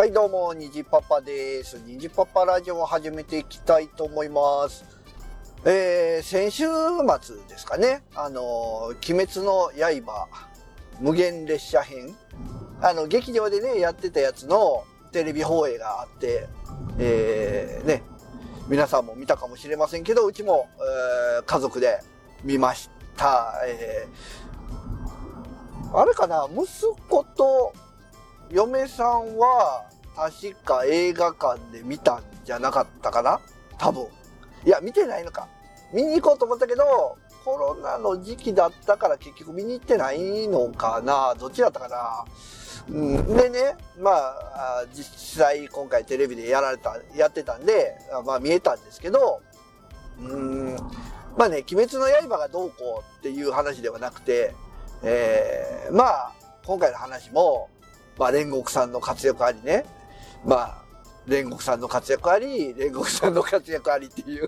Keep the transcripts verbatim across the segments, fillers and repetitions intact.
はい、どうも、にじパパです。にじパパラジオを始めていきたいと思います。えー、先週末ですかね、あの、鬼滅の刃無限列車編、あの、劇場でね、やってたやつのテレビ放映があって、えー、ね、皆さんも見たかもしれませんけど、うちも、えー、家族で見ました。えー、あれかな、息子と嫁さんは確か映画館で見たんじゃなかったかな、多分。いや、見てないのか。見に行こうと思ったけど、コロナの時期だったから結局見に行ってないのかな。どっちだったかな。うん、でね、まあ、実際今回テレビでやられた、やってたんで、まあ見えたんですけど、うーん、まあね、鬼滅の刃がどうこうっていう話ではなくて、えー、まあ、今回の話も、まあ、煉獄さんの活躍ありね。まあ、煉獄さんの活躍あり、煉獄さんの活躍ありっていう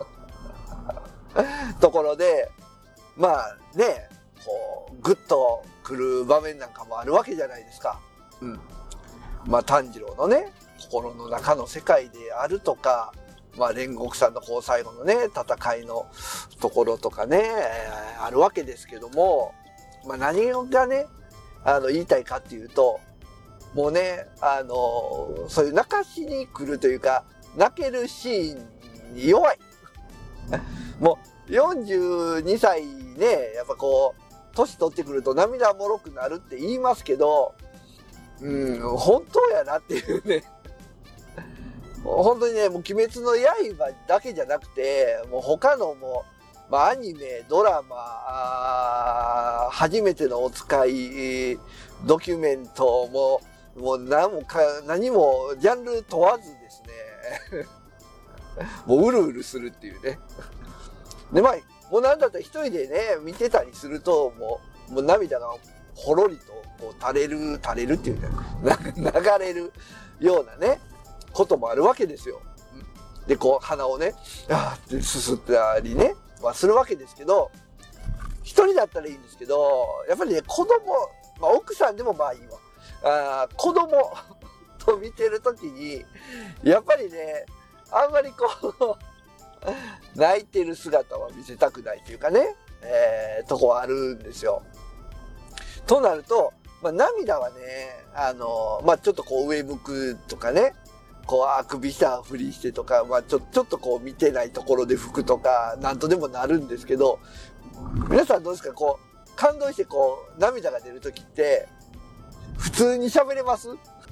ところで、まあね、こう、ぐっと来る場面なんかもあるわけじゃないですか。うん。まあ、炭治郎のね、心の中の世界であるとか、まあ、煉獄さんのこう、最後のね、戦いのところとかね、えー、あるわけですけども、まあ、何がね、あの、言いたいかっていうと、もうね、あの、そういう泣かしに来るというか、泣けるシーンに弱い。もうよんじゅうにさいね、やっぱこう、年取ってくると涙もろくなるって言いますけど、うん、本当やなっていうね。本当にね、もう鬼滅の刃だけじゃなくて、もう他のもう、まあアニメ、ドラマ、初めてのお使い、ドキュメントも、もう何もか、何もジャンル問わずですね。もううるうるするっていうね。で、まあ、もうなんだったら一人でね、見てたりすると、もう、もう涙がほろりとこう垂れる、垂れるっていうね、流れるようなね、こともあるわけですよ。で、こう、鼻をね、あーってすすったりね、まあ、するわけですけど、一人だったらいいんですけど、やっぱりね、子供、まあ、奥さんでもまあいいわ。あ子供と見てるときに、やっぱりね、あんまりこう、泣いてる姿は見せたくないというかね、えー、とこはあるんですよ。となると、まあ、涙はね、あの、まあ、ちょっとこう上向くとかね、こうあくびしたふりしてとか、まあ、ちょ、ちょっとこう見てないところで吹くとか、なんとでもなるんですけど、皆さんどうですか、こう、感動してこう、涙が出るときって、普通に喋れます？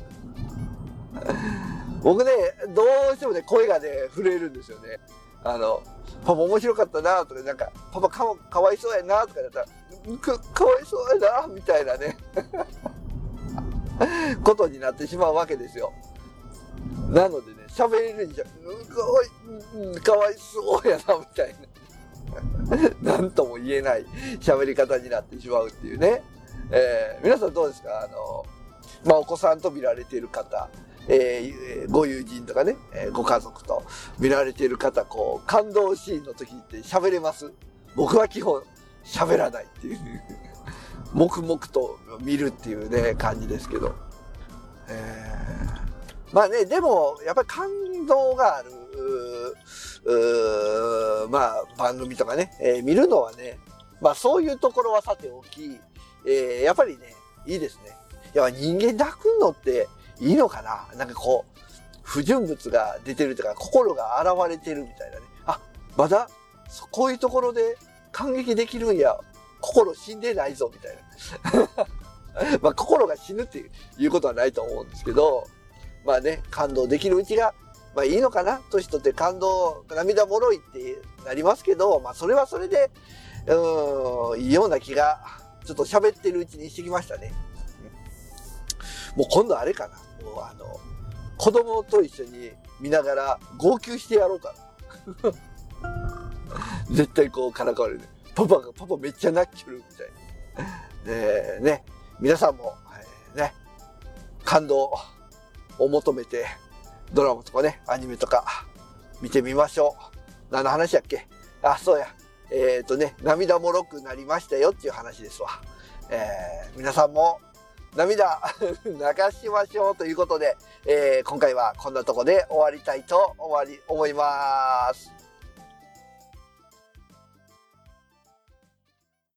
僕ね、どうしてもね、声がね、震えるんですよね。あの、パパ面白かったなとか、なんか、パパか、かわいそうやなとかだったら、か、かわいそうやなみたいなね、ことになってしまうわけですよ。なのでね、喋れるんじゃ、かわい、かわいそうやなみたいな。なんとも言えない喋り方になってしまうっていうね。えー、皆さんどうですか？あの、まあ、お子さんと見られている方、えー、ご友人とかね、えー、ご家族と見られている方、こう、感動シーンの時って喋れます？僕は基本喋らないっていう、黙々と見るっていうね、感じですけど。えー、まあね、でも、やっぱり感動がある、うーまあ、番組とかね、えー、見るのはね、まあそういうところはさておき、えー、やっぱりね、いいですね。やっぱ人間泣くのっていいのかな？なんかこう、不純物が出てるとか、心が現れてるみたいなね。あ、まだ、こういうところで感激できるんや。心死んでないぞ、みたいな。まあ、心が死ぬっていうことはないと思うんですけど、まあね、感動できるうちが、まあいいのかな？年取って感動、涙もろいってなりますけど、まあそれはそれで、うーん、いいような気が、ちょっと喋ってるうちにしてきましたね。もう今度あれかな。もうあの、子供と一緒に見ながら号泣してやろうかな。絶対こうからかわれる。パパが、パパめっちゃ泣きるみたいな。でね、皆さんも、えー、ね、感動を求めてドラマとかね、アニメとか見てみましょう。何の話やっけ？あ、そうや。えっとね、涙もろくなりましたよっていう話ですわ。えー、皆さんも涙流しましょうということで、えー、今回はこんなとこで終わりたいと思います。